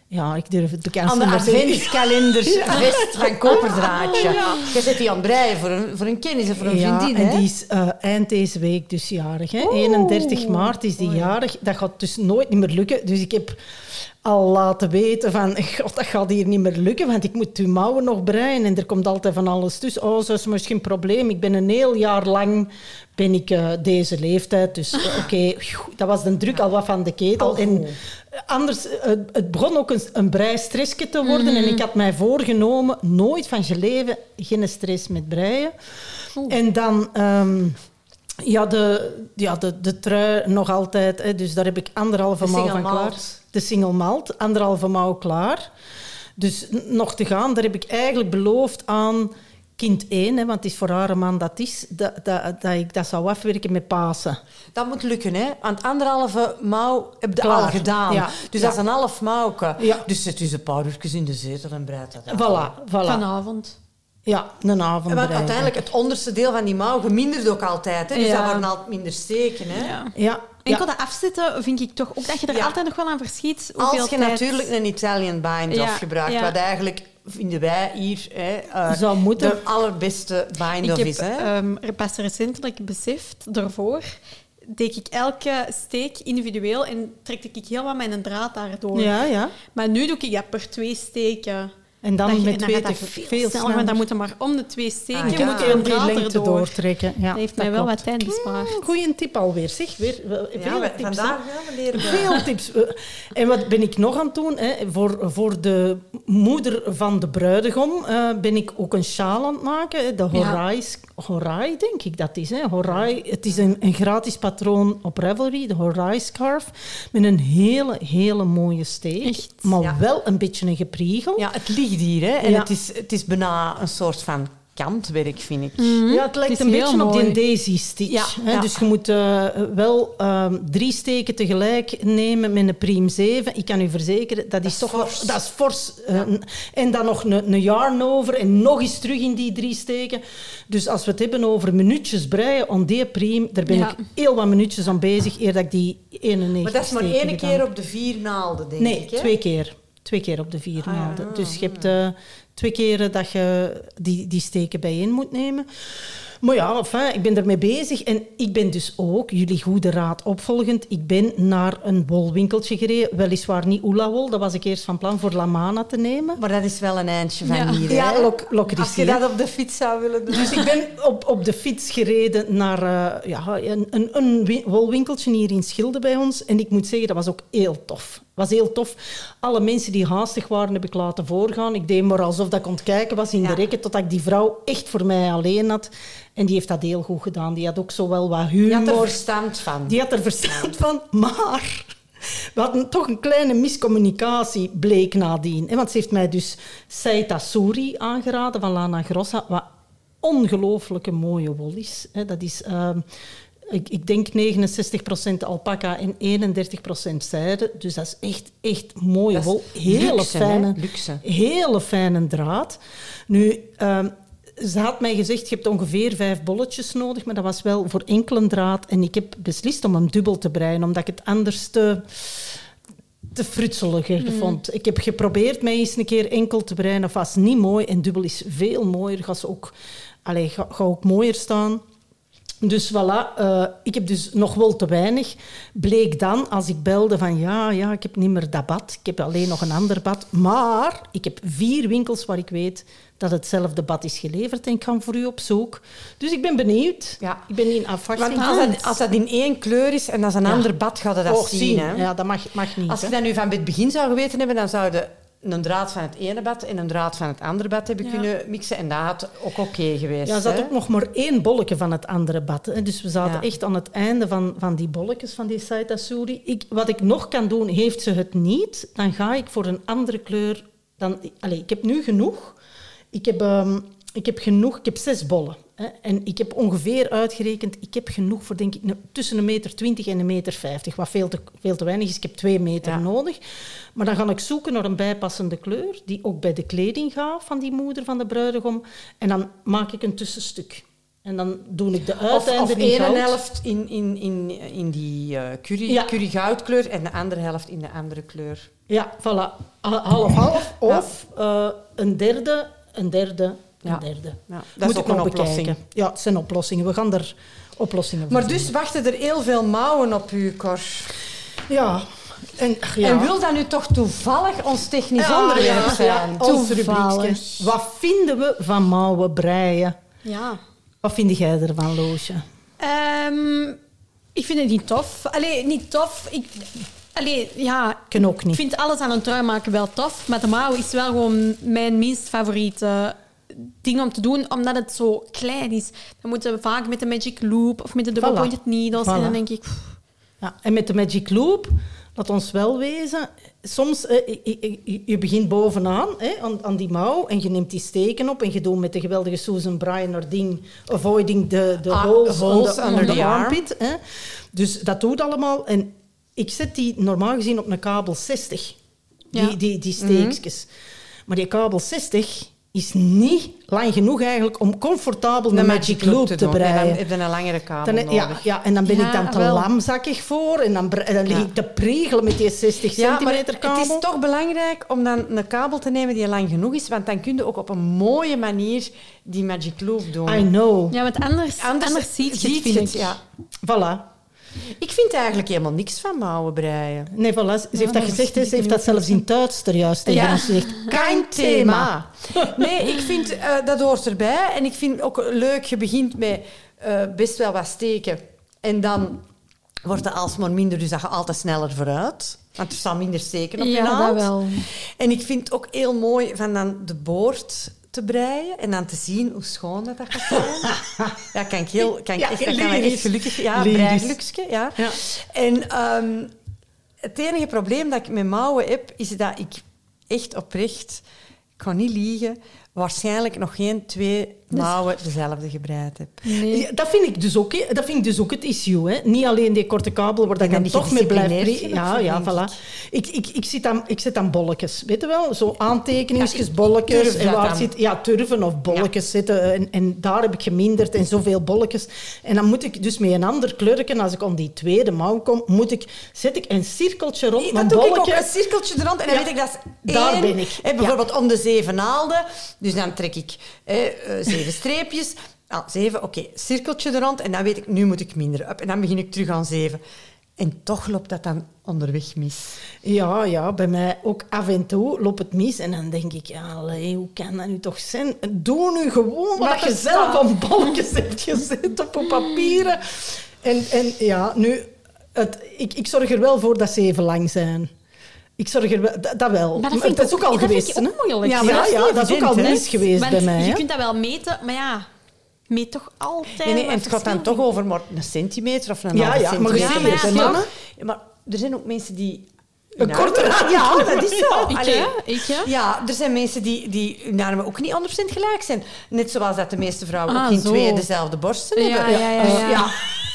Ja, ik durf het bekend Aan de te adventskalender vest van Koperdraadje. Ja. Je zit die aan het breien voor een, voor een kennis of voor een ja, vriendin. En hè? die is uh, eind deze week dus jarig. Hè? eenendertig maart is die jarig. Dat gaat dus nooit meer lukken. Dus ik heb al laten weten van... God, dat gaat hier niet meer lukken, want ik moet uw mouwen nog breien. En er komt altijd van alles tussen. Oh, zo is misschien een probleem. Ik ben een heel jaar lang... ben ik uh, deze leeftijd. Dus uh, oké, okay, dat was de druk al wat van de ketel. Oh. En anders, uh, het begon ook een, een breistressje te worden. Mm. En ik had mij voorgenomen, nooit van je leven, geen stress met breien. Oh. En dan... Um, ja, de, ja de, de trui nog altijd. Hè, dus daar heb ik anderhalve de mouw van malt. klaar. De single malt, anderhalve mouw klaar. Dus nog te gaan. Daar heb ik eigenlijk beloofd aan... kind één, hè, want het is voor haar een man dat is, dat, dat, dat ik dat zou afwerken met Pasen. Dat moet lukken, hè? Want het anderhalve mouw heb je Klaar. al gedaan. Ja. Dus ja. dat is een half mouwke. Ja. Dus zet dus een paar uurtjes in de zetel en breidt dat uit. Voilà, voilà. Vanavond. Ja, een avond. Want uiteindelijk, het onderste deel van die mouw gemindert ook altijd. Hè? Dus ja. dat wordt altijd minder steken. Hè? Ja. Ja. Enkel ja. dat afzetten vind ik toch ook dat je er Ja. altijd nog wel aan verschiet. Hoeveel Als je tijd... natuurlijk een Italian bind-off Ja, gebruikt, ja. wat eigenlijk, vinden wij hier, hè, uh, Zou moeten. de allerbeste Ik bind-off heb is. Hè? um, pas recentelijk beseft, daarvoor deed ik elke steek individueel en trekte ik heel wat mijn draad daardoor. Ja, ja. Maar nu doe ik dat per twee steken. En dan Dat je- met en dan twee gaat te dat veel, veel sneller, sneller. want dan moet je maar om de twee steken Ah, moet ja. je heel een die draad lengte erdoor. doortrekken. Ja, Dat heeft mij wel wat tijd bespaard. Goeie tip alweer, zeg. Weer, wel, Ja, veel we- tips, vandaag hè. gaan we leren. Veel tips. En wat ben ik nog aan het doen? Hè? Voor, voor de moeder van de bruidegom uh, ben ik ook een sjaal aan het maken. Hè? De Horai, Horai, denk ik dat is. Hè? Horai, het is een, een gratis patroon op Ravelry, de Horai scarf, met een hele, hele mooie steek. Echt? Maar Ja. wel een beetje een gepriegel. Ja, het ligt hier. Hè? En Ja. het, is, het is bijna een soort van kantwerk, vind ik. Ja, het lijkt Het is een heel beetje op mooi. die Daisy Stitch. Ja, hè. ja. Dus je moet uh, wel um, drie steken tegelijk nemen met een priem zeven. Ik kan u verzekeren, dat, Dat is is toch fors. wel... Dat is fors. Uh, En dan nog een, een yarn over en nog eens terug in die drie steken. Dus als we het hebben over minuutjes breien aan die priem, daar ben Ja. ik heel wat minuutjes aan bezig eer dat ik die eenennegentig Maar dat is maar steken één gedaan. keer op de vier naalden, denk Nee, ik. Hè? twee keer. Twee keer op de vier Ah, naalden. ja. Dus je hebt uh, twee keren dat je die, die steken bijeen moet nemen. Maar ja, enfin, ik ben ermee bezig. En ik ben dus ook, jullie goede raad opvolgend, ik ben naar een wolwinkeltje gereden. Weliswaar niet Oelawol, dat was ik eerst van plan voor La Mana te nemen. Maar dat is wel een eindje van Ja. hier. Hè? Ja, Lok- Lokrissie, Als je hè. dat op de fiets zou willen doen. Dus ik ben op, op de fiets gereden naar uh, ja, een, een, een wi- wolwinkeltje hier in Schilde bij ons. En ik moet zeggen, dat was ook heel tof. was heel tof. Alle mensen die haastig waren, heb ik laten voorgaan. Ik deed maar alsof dat ik aan het kijken was in Ja. de rekken, totdat ik die vrouw echt voor mij alleen had. En die heeft dat heel goed gedaan. Die had ook zo wel wat humor. Je had er verstand van. Die had er verstand van, maar we hadden toch een kleine miscommunicatie, bleek nadien. Want ze heeft mij dus Saita Suri aangeraden van Lana Grossa, wat ongelooflijke mooie wol is. Dat is, uh, ik, ik denk, negenenzestig procent alpaca en eenendertig procent zijde. Dus dat is echt, echt mooie Dat is wol. Hele luxe, fijne, hè? Luxe. hele fijne draad. Nu... Uh, Ze had mij gezegd, je hebt ongeveer vijf bolletjes nodig, maar dat was wel voor enkele draad. En ik heb beslist om hem dubbel te breien, omdat ik het anders te, te frutseliger mm. vond. Ik heb geprobeerd mij eens een keer enkel te breien. Dat was niet mooi en dubbel is veel mooier. Gaat ze ook, allez, ga, ga ook mooier staan. Dus voilà, uh, ik heb dus nog wel te weinig. Bleek dan, als ik belde van ja, ja, ik heb niet meer dat bad. Ik heb alleen nog een ander bad. Maar ik heb vier winkels waar ik weet dat hetzelfde bad is geleverd. En ik ga voor u op zoek. Dus ik ben benieuwd. Ja. Ik ben in afwachting. Want als dat, als dat in één kleur is en dat is een Ja. ander bad, gaat je dat Och, zien. Hè? Ja, dat mag, mag niet. Als je hè. dat nu van het begin zou geweten hebben, dan zouden een draad van het ene bad en een draad van het andere bad hebben Ja. kunnen mixen. En dat had ook oké geweest. Ja, er zat hè? ook nog maar één bolletje van het andere bad. Hè. Dus we zaten Ja. echt aan het einde van, van die bolletjes van die Saita Suri. Ik, wat ik nog kan doen, heeft ze het niet, dan ga ik voor een andere kleur. Dan, allez, ik heb nu genoeg. Ik heb, um, ik heb genoeg. Ik heb zes bollen. Hè. En ik heb ongeveer uitgerekend, ik heb genoeg voor denk ik ne- tussen een meter twintig en een meter vijftig. Wat veel te, veel te weinig is. Ik heb twee meter Ja. nodig. Maar dan ga ik zoeken naar een bijpassende kleur, die ook bij de kleding gaat van die moeder van de bruidegom. En dan maak ik een tussenstuk. En dan doe ik de Of, uiteinden of in één goud. helft in, in, in, in die uh, curry, Ja. curry goudkleur en de andere helft in de andere kleur. Ja, voilà. Half-half. Of uh, een derde, een derde, een Ja. derde. Ja, dat Moet is ook ik nog een oplossing. bekijken. Ja, het zijn oplossingen. We gaan er oplossingen voor Maar dus wachten er heel veel mouwen op u, Cor. Ja. En, ja. En wil dat nu toch toevallig ons technisch Ja, onderwerp ja, zijn? ja, ons Toevallig. rubriekje. Wat vinden we van mouwen breien? Ja. Wat vind jij ervan, Loosje? Ehm, ik vind het niet tof. Allee, niet tof. Ik, allee, ja, Ik kan ook ik niet. vind alles aan een trui maken wel tof. Maar de mouw is wel gewoon mijn minst favoriete ding om te doen, omdat het zo klein is. Dan moeten we vaak met de Magic Loop of met de double Voilà. pointed needles. En Voilà. dan denk ik... pff, Ja, en met de Magic Loop, laat ons wel wezen, soms eh, je, je, je begint bovenaan hè, aan, aan die mouw en je neemt die steken op en je doet met de geweldige Susan Bryner ding avoiding de, de Ah, holes, holes on the, under on the the arm. armpit. Hè. Dus dat doet allemaal. En ik zet die normaal gezien op een kabel zestig, die, Ja. die, die steekjes. Maar die kabel zestig is niet lang genoeg eigenlijk om comfortabel een Magic Loop te, doen. breien. En dan heb je een langere kabel Dan, ja, nodig. ja, en dan ben Ja, ik dan te wel. lamzakkig voor en dan, bre- en dan lig Ja. ik te pregelen met die zestig Ja, maar centimeter kabel. het is toch belangrijk om dan een kabel te nemen die lang genoeg is, want dan kun je ook op een mooie manier die Magic Loop doen. I know. Ja, want anders, anders, ziet je het, vind ik. Ja. Voilà. Ik vind eigenlijk helemaal niks van mouwen breien. Nee, voilà. Ze heeft dat gezegd, hè. Ze heeft dat zelfs in het Duits er juist tegen Ja. ons gezegd. Kein thema. Nee, ik vind uh, dat hoort erbij. En ik vind ook leuk, je begint met uh, best wel wat steken. En dan wordt het alsmaar minder, dus dat je altijd sneller vooruit. Want er staan minder steken op je Ja, naald. dat wel. En ik vind het ook heel mooi van dan de boord te breien en dan te zien hoe schoon dat, dat gaat zijn. Ja, kan ik heel, kan ik Ja, echt, dat kan me lyrisch. echt gelukkig... Ja, Lyrisch. breigelukske, ja. Ja. En ehm, het enige probleem dat ik met mouwen heb, is dat ik echt oprecht, ik kan niet liegen, waarschijnlijk nog geen twee mouwen dezelfde gebreid heb. Nee. Ja, dat, vind ik dus ook, hè. dat vind ik dus ook het issue. Hè. Niet alleen die korte kabel, waar dat En ik dan niet toch mee blijf... gedisciplineerd pre- Ja, genoeg, ja, denk voilà. Ik, ik, ik, zit aan, ik zit aan bolletjes, weet je wel? Zo aantekeningsjes, Ja, bolletjes. turf En dat waar dan. zit, ja, turven of bolletjes zitten. En, en daar heb ik geminderd en zoveel bolletjes. En dan moet ik dus met een ander kleurken, als ik aan die tweede mouw kom, moet ik, zet ik een cirkeltje rond Nee, mijn dat doe ik bolletje. ook, een cirkeltje er rond. En dan Ja, weet ik, dat is daar één. ben ik. Hè, bijvoorbeeld om de zeven naalden. Dus dan trek ik hè, uh, zeven streepjes. Ah, zeven, oké, okay, cirkeltje er rond. En dan weet ik, nu moet ik minder up. En dan begin ik terug aan zeven. En toch loopt dat dan onderweg mis. Ja, ja, bij mij ook af en toe loopt het mis. En dan denk ik, ja, allee, hoe kan dat nu toch zijn? Doe nu gewoon wat Wat je er zelf staat. aan balkjes hebt gezet op een papieren. En, en ja, nu, het, ik, ik zorg er wel voor dat ze even lang zijn. Ik zorg er wel, dat, dat wel. Maar dat vind ik dat is ook al dat geweest. vind ik ook hè? moeilijk. Ja, maar Ja, ja, dat is dat is ook evident, al hè. mis geweest Want bij mij. je hè. kunt dat wel meten, maar ja, meet toch altijd Nee, nee, wat en het gaat dan verschil. toch over maar een centimeter of een Ja, halve ja, maar je centimeter. ziet het, Ja, hè, maar- mannen? Ja, maar er zijn ook mensen die... Een Nou, kortere arm. Ja, dat is zo. Ik, Allee. ja, ik, ja. Ja, er zijn mensen die, die hun armen ook niet honderd procent gelijk zijn. Net zoals dat de meeste vrouwen Ah, ook geen zo. twee dezelfde borsten Ja, hebben. ja, ja, Dus ja.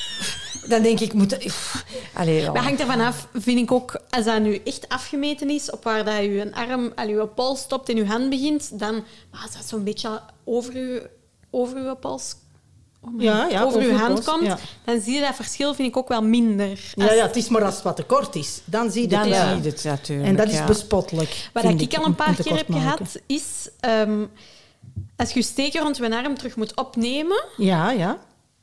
dan denk ik, moet... Uff, allee, ja. Dat hangt ervan af, vind ik ook, als dat nu echt afgemeten is, op waar dat je een arm, al je pols stopt en je hand begint, dan maar als dat zo'n beetje over je, over je pols oh my, Ja, ja, over, over je je hand pols, komt, ja. dan zie je dat verschil, vind ik ook wel minder. Ja, Als- ja, het is maar als het wat te kort is. Dan zie je Dan het zie wel. je het natuurlijk. En dat is ja. bespottelijk. Wat vind ik al om- een om paar te keer heb kort maken. gehad, is ehm, als je je steker rond je arm terug moet opnemen, Ja, ja.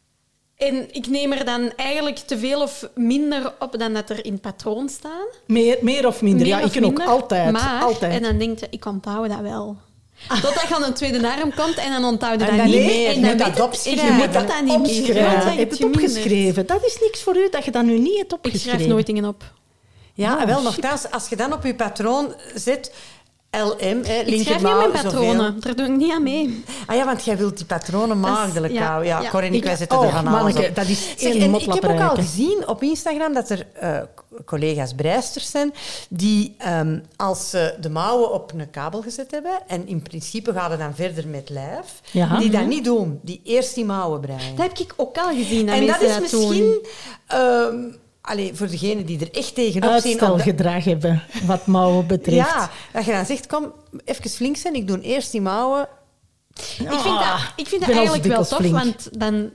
en ik neem er dan eigenlijk te veel of minder op dan dat er in het patroon staan. Meer, meer of minder. Meer ja, ik of kan ook minder, altijd. Maar, altijd. En dan denk je, ik onthoud dat wel. Totdat je aan een tweede arm komt en dan onthoud je En dat dan niet niet meer. meer. En Je dan moet weet dat het- opschrijven. Je moet Je dat moet dan niet meer. Opschrijven. Ja, dan Je hebt het geminderd. opgeschreven. Dat is niks voor u dat je dat nu niet hebt Ik opgeschreven. schrijf nooit dingen op. Ja, Oh, en wel shit. nogthans, als je dan op je patroon zet... L M, hè, Ik schrijf niet linkermouw, op mijn zoveel. patronen. Daar doe ik niet aan mee. Ah ja, want jij wilt die patronen maagdelijk ja, houden. Ja, ja. Cor en ik, wij Ik- zetten oh, er van alles manneke, op. dat is Zeg, één en ik heb ook al motlapperijke. gezien op Instagram dat er eh, collega's breisters zijn die, ehm, als ze de mouwen op een kabel gezet hebben, en in principe gaan ze dan verder met lijf, Ja. die dat niet doen. Die eerst die mouwen breien. Dat heb ik ook al gezien. Dat En dat mensen is doen. misschien... ehm, allee, voor degenen die er echt tegenop zien... om de- Uitstelgedrag hebben, wat mouwen betreft. Ja, dat je dan zegt, kom, even flink zijn. Ik doe eerst die mouwen Ik vind dat, ik vind dat ben al eigenlijk wel dikwijls tof, flink. want dan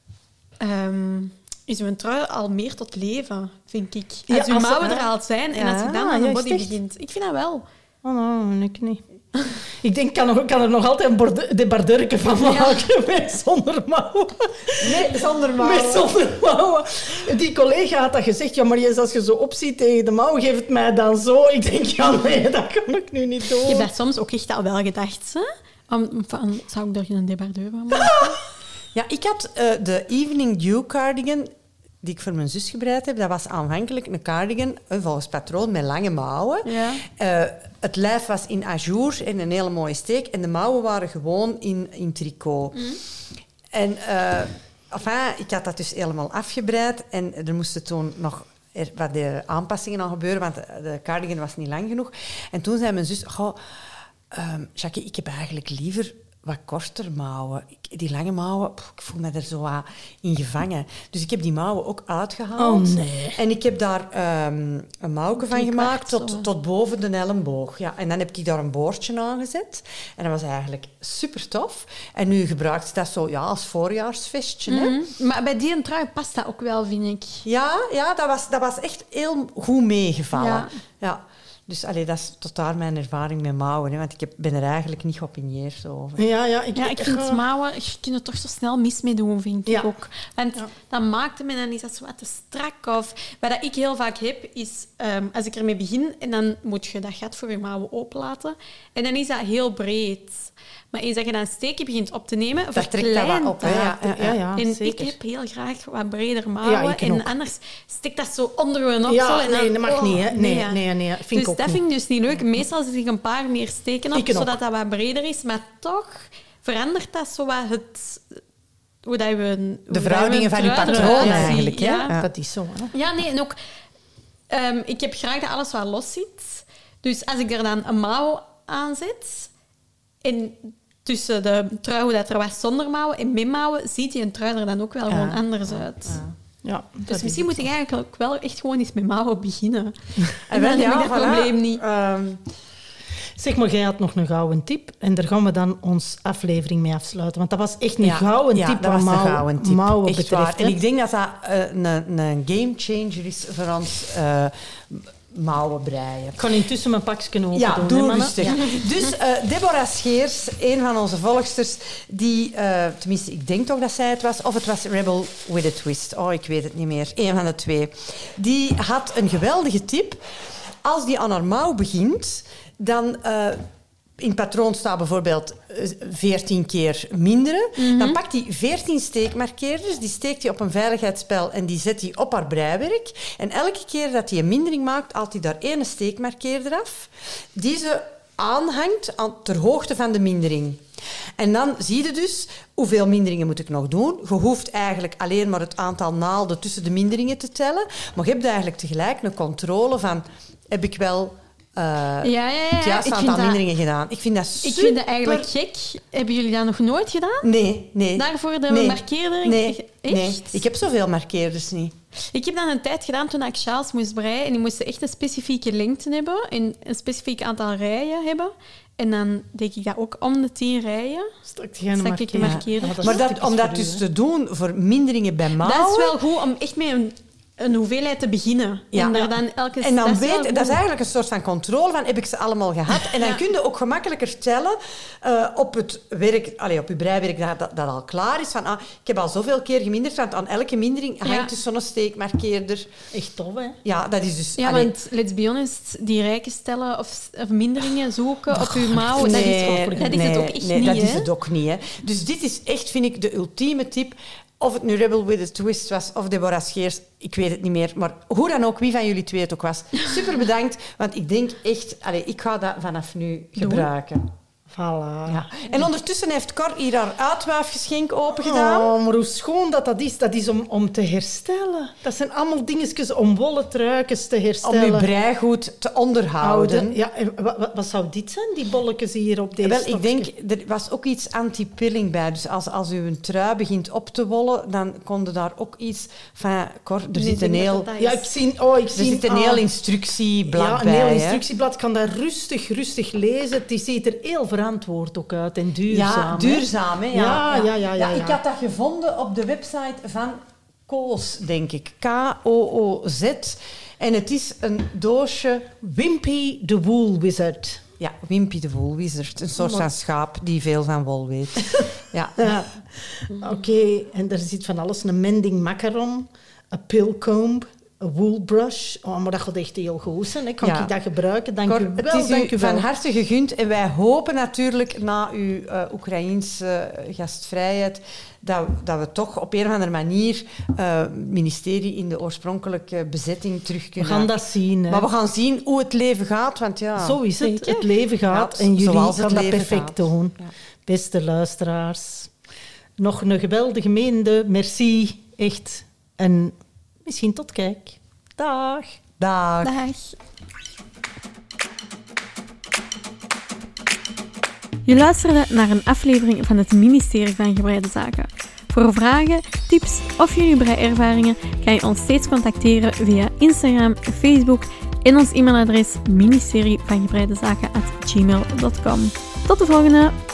um, is uw trui al meer tot leven, vind ik. Als Ja, uw als- mouwen ah. er al zijn en Ja, als je dan aan ja, een is body echt? begint. Ik vind dat wel. Oh, nou, ik niet. Ik denk, ik kan, nog, kan er nog altijd een borde- debardurke van maken met zonder mouwen. Nee, zonder mouwen. Met zonder mouwen. Die collega had dat gezegd. Ja, maar Jens, als je zo opziet tegen de mouw, geef het mij dan zo. Ik denk, ja, nee, dat kan ik nu niet doen. Je hebt dat soms ook echt al wel gedacht, hè? Om, van, zou ik er een debardeur van maken? Ja, ik had uh, de Evening Dew cardigan die ik voor mijn zus gebreid heb. Dat was aanvankelijk een cardigan, uh, volgens patroon, met lange mouwen. Ja. Uh, het lijf was in ajour en een hele mooie steek. En de mouwen waren gewoon in, in tricot. Mm. En uh, enfin, ik had dat dus helemaal afgebreid. En er moesten toen nog er, wat de aanpassingen aan gebeuren, want de, de cardigan was niet lang genoeg. En toen zei mijn zus... Goh, um, Jackie, ik heb eigenlijk liever... wat korter mouwen. Ik, die lange mouwen, pff, ik voel me er zo aan in gevangen. Dus ik heb die mouwen ook uitgehaald. Oh, nee. En ik heb daar um, een mouwke van gemaakt tot, tot boven de elleboog. Ja, en dan heb ik daar een boordje aan gezet. En dat was eigenlijk super tof. En nu gebruikt ze dat zo ja, als voorjaarsvestje. Mm-hmm. Hè? Maar bij die trui past dat ook wel, vind ik. Ja, ja dat, was, dat was echt heel goed meegevallen. Ja. Ja. Dus allee, dat is tot daar mijn ervaring met mouwen. Hè, want ik heb, ben er eigenlijk niet geopineerd over. Ja, ja, ik, ja, ik vind uh, mouwen, je kunt er toch zo snel mis mee doen, vind ik ja. ook. Want ja. dan maakt het me, dan is dat zo wat te strak. Of, wat dat ik heel vaak heb, is um, als ik ermee begin, en dan moet je dat gat voor je mouwen openlaten. En dan is dat heel breed. Maar eens dat je dan een steekje begint op te nemen, dat trekt dat wat op. Hè? Ja, ja, ja, ja, en zeker. ik heb heel graag wat breder mouwen. Ja, en ook. anders stikt dat zo onder je oksel. Ja, en dan, nee, dat mag oh, niet. Hè. Nee, nee, nee, nee, vind dus ik ook dat niet. vind ik dus niet leuk. Meestal zet ik een paar meer steken op, Ik zodat ook. dat wat breder is. Maar toch verandert dat zo wat het... Hoe dat we, hoe de verhoudingen dat van je patroon ja, eigenlijk. Hè? Ja. Ja. Dat is zo. Hè. Ja, nee, en ook... Um, ik heb graag dat alles wat los zit. Dus als ik er dan een mouw aan zet... En tussen de trui hoe dat er was zonder mouwen en met mouwen, ziet je een trui er dan ook wel ja. gewoon anders uit. Ja. Ja, dus misschien moet ik eigenlijk ook wel echt gewoon eens met mouwen beginnen. En dan ja, heb ik dat voilà. probleem niet. Um, Zeg maar, jij had nog een gouden tip. En daar gaan we dan onze aflevering mee afsluiten. Want dat was echt een ja, gouden ja, tip dat wat was mouw, een gouden tip. mouwen echt betreft. waar. En ik denk dat dat uh, een, een gamechanger is voor ons uh, mouwen breien. Ik kan intussen mijn pakje open Ja, doen. doe hè, mannen? rustig. Ja. Dus uh, Deborah Scheers, een van onze volgsters, die, uh, tenminste, ik denk toch dat zij het was, of het was Rebel with a Twist. Oh, ik weet het niet meer. Eén van de twee. Die had een geweldige tip. Als die aan haar mouw begint, dan... Uh, in het patroon staat bijvoorbeeld veertien keer minderen. Mm-hmm. Dan pakt hij veertien steekmarkeerders, die steekt hij op een veiligheidsspel en die zet hij op haar breiwerk. En elke keer dat hij een mindering maakt, haalt hij daar één steekmarkeerder af, die ze aanhangt aan, ter hoogte van de mindering. En dan zie je dus hoeveel minderingen moet ik nog doen. Je hoeft eigenlijk alleen maar het aantal naalden tussen de minderingen te tellen, maar je hebt eigenlijk tegelijk een controle van heb ik wel... Uh, ja, ja, ja. het juiste aantal minderingen gedaan. Ik vind dat super... Ik vind dat eigenlijk gek. Hebben jullie dat nog nooit gedaan? Nee, nee. Daarvoor de nee. markeerder? Nee, echt? nee. Ik heb zoveel markeerders niet. Ik heb dat een tijd gedaan toen ik sjaals moest breien. En die moesten echt een specifieke lengte hebben. En een specifiek aantal rijen hebben. En dan deed ik dat ook om de tien rijen. Stak je Stak ik de markeerder. Ja, dat maar dat, om dat dus te doen voor minderingen bij mouwen... Dat is wel goed om echt met een... een hoeveelheid te beginnen. Ja. En, daar dan elke, en dan dat weet, is dat is eigenlijk een soort van controle van heb ik ze allemaal gehad. En dan ja. kun je ook gemakkelijker tellen uh, op het werk, allez, op je breiwerk dat, dat, dat al klaar is. Van, ah, ik heb al zoveel keer geminderd, want aan elke mindering hangt ja. dus zo'n steekmarkeerder. Echt tof, hè? Ja, dat is dus... Ja, allez. want let's be honest, die rijken stellen of, of minderingen zoeken op je mouw, nee, dat is, ook, dat is nee, het ook echt nee, niet, dat hè? is het ook niet. Hè. Dus dit is echt, vind ik, de ultieme tip. Of het nu Rebel with a Twist was of Deborah Scheers, ik weet het niet meer. Maar hoe dan ook, wie van jullie twee het ook was. Super bedankt, want ik denk echt... Allez, ik ga dat vanaf nu gebruiken. Voilà. Ja. En ondertussen heeft Cor hier haar uitwuifgeschenk opengedaan. Oh, maar hoe schoon dat dat is. Dat is om, om te herstellen. Dat zijn allemaal dingetjes om wollen truikens te herstellen. Om je breigoed te onderhouden. Houden. Ja, wat, wat, wat zou dit zijn, die bolletjes hier op deze Wel, stokje? ik denk, er was ook iets anti-pilling bij. Dus als, als u een trui begint op te wollen, dan kon er daar ook iets van... Cor, er Nee, zit een denk heel... dat dat Ja, ik zie... Oh, ik Er zie zit een ah, heel instructieblad ja, een bij. heel hè. instructieblad. Ik kan dat rustig, rustig lezen. Die ziet er heel verantwoord verantwoord ook uit en duurzaam. Ja, duurzaam. Hè? Ja, Ja, ja, ja, ja, ja, ja. Ik had dat gevonden op de website van Koos, denk ik. K O O Z. En het is een doosje... Wimpy the Wool Wizard. Ja, Wimpy de Woolwizard. Een soort van schaap die veel van wol weet. Ja. Ja. Oké, okay, en er zit van alles. Een mending macaron, een pillcomb, een wool brush. Oh, maar dat gaat echt heel goed zijn. Hè. Kan Ja. ik dat gebruiken? Dank Cor, u wel. het is dank u u wel. van harte gegund. En wij hopen natuurlijk na uw uh, Oekraïense uh, gastvrijheid dat, dat we toch op een of andere manier uh, het ministerie in de oorspronkelijke bezetting terug We kunnen... gaan dat zien. Hè. Maar we gaan zien hoe het leven gaat, want ja... Zo is het. Zeker. Het leven gaat Ja, en jullie zoals gaan het dat leven perfect gaat. doen. Ja. Beste luisteraars, nog een geweldige gemeente. Merci, echt. En misschien tot kijk. Dag. Dag. Dag. Je luisterde naar een aflevering van het ministerie van Gebreide Zaken. Voor vragen, tips of jullie breiervaringen kan je ons steeds contacteren via Instagram, Facebook en ons e-mailadres ministerie van gebreidezaken at gmail dot com. Tot de volgende!